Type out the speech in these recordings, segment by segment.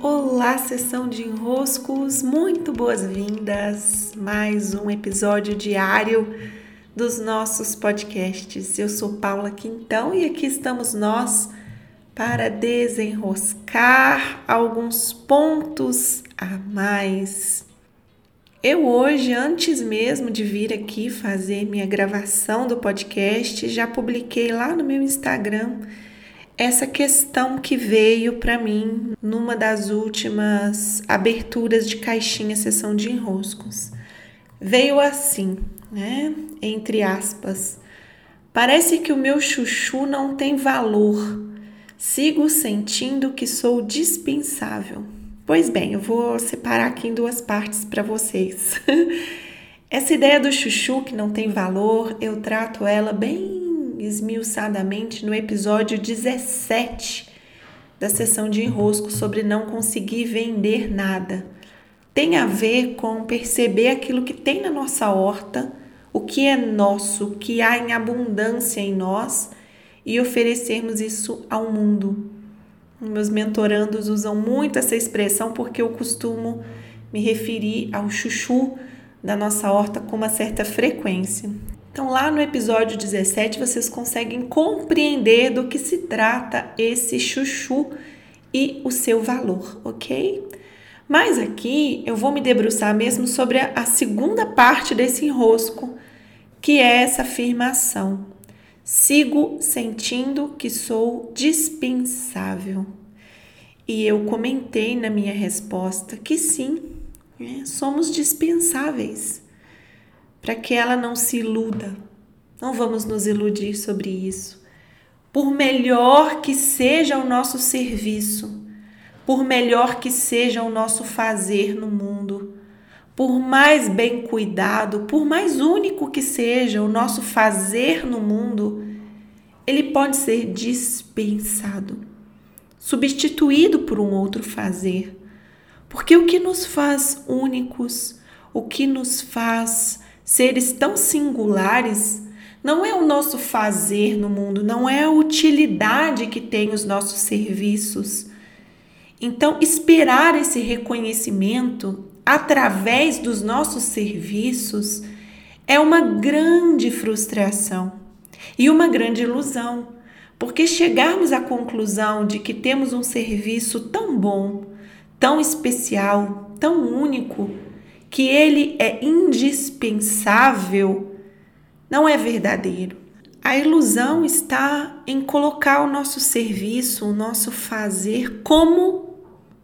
Olá, sessão de enroscos, muito boas-vindas. Mais um episódio diário dos nossos podcasts. Eu sou Paula Quintão e aqui estamos nós para desenroscar alguns pontos a mais. Eu hoje, antes mesmo de vir aqui fazer minha gravação do podcast, já publiquei lá no meu Instagram essa questão que veio para mim numa das últimas aberturas de caixinha sessão de enroscos. Veio assim, né? Entre aspas. Parece que o meu chuchu não tem valor. Sigo sentindo que sou dispensável. Pois bem, eu vou separar aqui em duas partes para vocês. Essa ideia do chuchu que não tem valor, eu trato ela bem esmiuçadamente no episódio 17 da sessão de enrosco sobre não conseguir vender nada. Tem a ver com perceber aquilo que tem na nossa horta, o que é nosso, o que há em abundância em nós e oferecermos isso ao mundo. Meus mentorandos usam muito essa expressão porque eu costumo me referir ao chuchu da nossa horta com uma certa frequência. Então, lá no episódio 17, vocês conseguem compreender do que se trata esse chuchu e o seu valor, ok? Mas aqui eu vou me debruçar mesmo sobre a segunda parte desse enrosco, que é essa afirmação. Sigo sentindo que sou dispensável. E eu comentei na minha resposta que sim, somos dispensáveis. Para que ela não se iluda. Não vamos nos iludir sobre isso. Por melhor que seja o nosso serviço, por melhor que seja o nosso fazer no mundo, por mais bem cuidado, por mais único que seja o nosso fazer no mundo, ele pode ser dispensado, substituído por um outro fazer. Porque o que nos faz únicos, o que nos faz seres tão singulares, não é o nosso fazer no mundo, não é a utilidade que tem os nossos serviços. Então, esperar esse reconhecimento através dos nossos serviços é uma grande frustração e uma grande ilusão, porque chegarmos à conclusão de que temos um serviço tão bom, tão especial, tão único, que ele é indispensável, não é verdadeiro. A ilusão está em colocar o nosso serviço, o nosso fazer como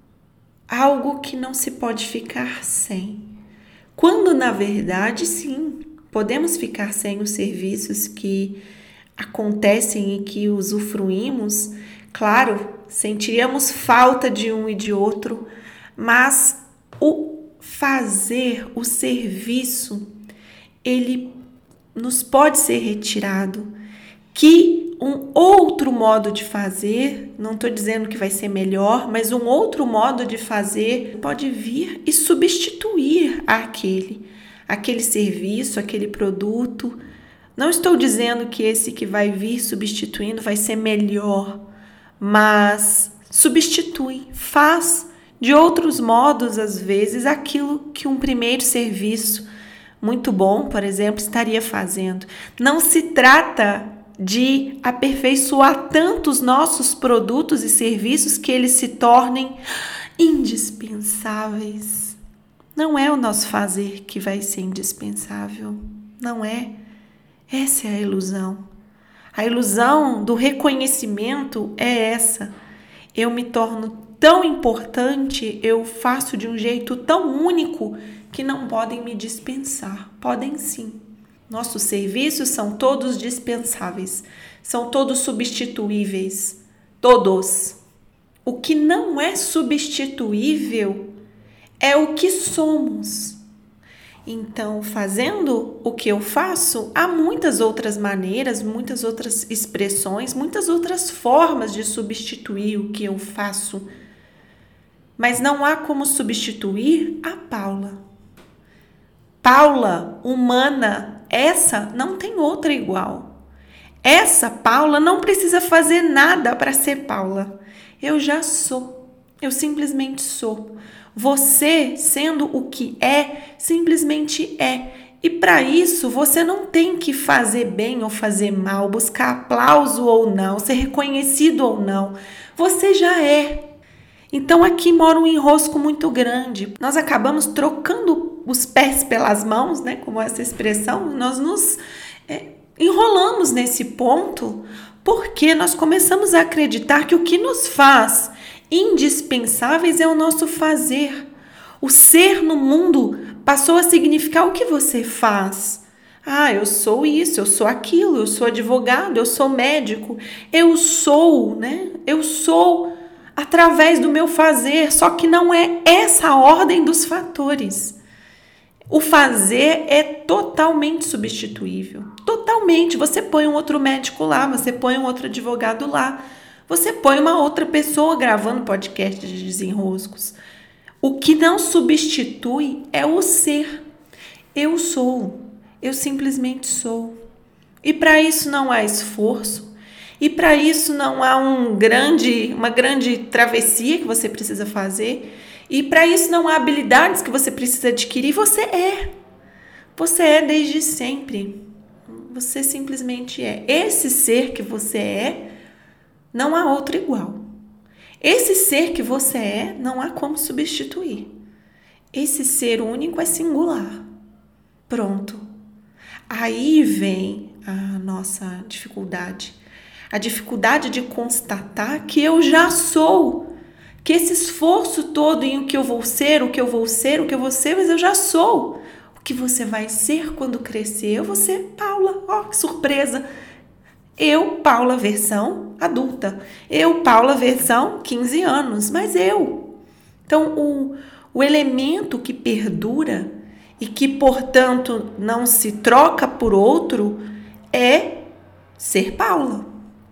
algo que não se pode ficar sem. Quando, na verdade, sim, podemos ficar sem os serviços que acontecem e que usufruímos. Claro, sentiríamos falta de um e de outro, mas o fazer, o serviço, ele nos pode ser retirado. Que um outro modo de fazer, não estou dizendo que vai ser melhor, mas um outro modo de fazer pode vir e substituir aquele serviço, aquele produto. Não estou dizendo que esse que vai vir substituindo vai ser melhor, mas substitui, faz de outros modos, às vezes, aquilo que um primeiro serviço muito bom, por exemplo, estaria fazendo. Não se trata de aperfeiçoar tanto os nossos produtos e serviços que eles se tornem indispensáveis. Não é o nosso fazer que vai ser indispensável. Não é. Essa é a ilusão. A ilusão do reconhecimento é essa. Eu me torno tão importante, eu faço de um jeito tão único que não podem me dispensar. Podem sim. Nossos serviços são todos dispensáveis, são todos substituíveis, todos. O que não é substituível é o que somos. Então, fazendo o que eu faço, há muitas outras maneiras, muitas outras expressões, muitas outras formas de substituir o que eu faço. Mas não há como substituir a Paula. Paula, humana, essa não tem outra igual. Essa Paula não precisa fazer nada para ser Paula. Eu já sou. Eu simplesmente sou. Você, sendo o que é, simplesmente é. E para isso, você não tem que fazer bem ou fazer mal, buscar aplauso ou não, ser reconhecido ou não. Você já é. Então aqui mora um enrosco muito grande. Nós acabamos trocando os pés pelas mãos, né? Como essa expressão, nós nos enrolamos nesse ponto porque nós começamos a acreditar que o que nos faz indispensáveis é o nosso fazer. O ser no mundo passou a significar o que você faz. Eu sou isso, eu sou aquilo, eu sou advogado, eu sou médico. Eu sou, né? Eu sou através do meu fazer, só que não é essa a ordem dos fatores. O fazer é totalmente substituível. Totalmente. Você põe um outro médico lá, você põe um outro advogado lá, você põe uma outra pessoa gravando podcast de desenroscos. O que não substitui é o ser. Eu sou. Eu simplesmente sou. E para isso não há esforço. E para isso não há uma grande travessia que você precisa fazer. E para isso não há habilidades que você precisa adquirir. Você é. Você é desde sempre. Você simplesmente é. Esse ser que você é, não há outro igual. Esse ser que você é, não há como substituir. Esse ser único é singular. Pronto. Aí vem a nossa dificuldade. A dificuldade de constatar que eu já sou. Que esse esforço todo em o que eu vou ser, mas eu já sou. O que você vai ser quando crescer? Eu vou ser Paula. Ó, que surpresa! Eu, Paula, versão adulta. Eu, Paula, versão 15 anos. Mas eu. Então, o elemento que perdura e que, portanto, não se troca por outro é ser Paula.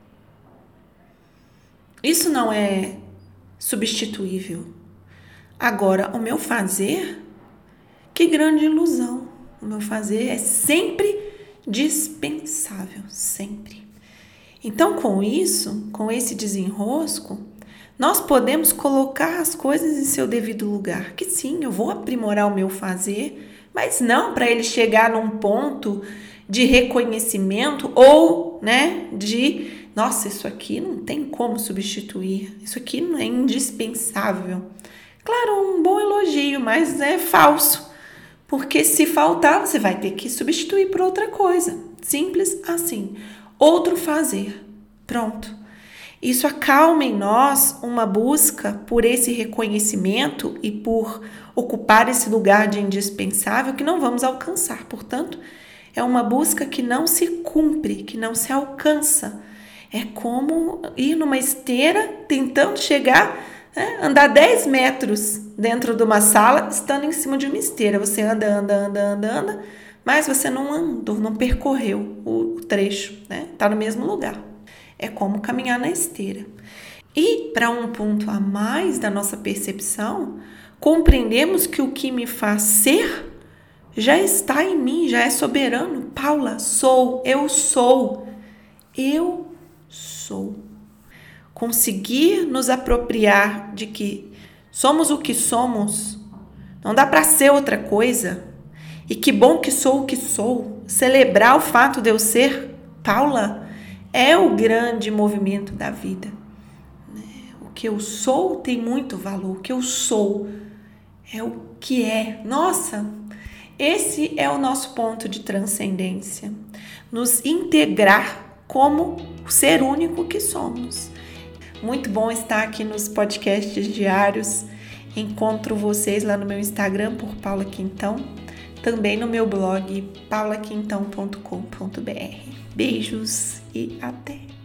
Isso não é substituível. Agora, o meu fazer, que grande ilusão. O meu fazer é sempre dispensável, sempre. Então, com isso, com esse desenrosco, nós podemos colocar as coisas em seu devido lugar. Que sim, eu vou aprimorar o meu fazer, mas não para ele chegar num ponto de reconhecimento ou, de, nossa, isso aqui não tem como substituir, isso aqui não é indispensável. Claro, um bom elogio, mas é falso, porque se faltar, você vai ter que substituir por outra coisa. Simples assim. Outro fazer. Pronto. Isso acalma em nós uma busca por esse reconhecimento e por ocupar esse lugar de indispensável que não vamos alcançar. Portanto, é uma busca que não se cumpre, que não se alcança. É como ir numa esteira tentando chegar, andar 10 metros dentro de uma sala, estando em cima de uma esteira. Você anda, mas você não andou, não percorreu o trecho, Tá no mesmo lugar. É como caminhar na esteira. E para um ponto a mais da nossa percepção, compreendemos que o que me faz ser já está em mim, já é soberano. Paula, sou, eu sou. Eu sou. Conseguir nos apropriar de que somos o que somos, não dá para ser outra coisa. E que bom que sou o que sou. Celebrar o fato de eu ser Paula é o grande movimento da vida. O que eu sou tem muito valor. O que eu sou é o que é. Nossa, esse é o nosso ponto de transcendência. Nos integrar como o ser único que somos. Muito bom estar aqui nos podcasts diários. Encontro vocês lá no meu Instagram por Paula Quintão. Também no meu blog paulaquintão.com.br. Beijos e até!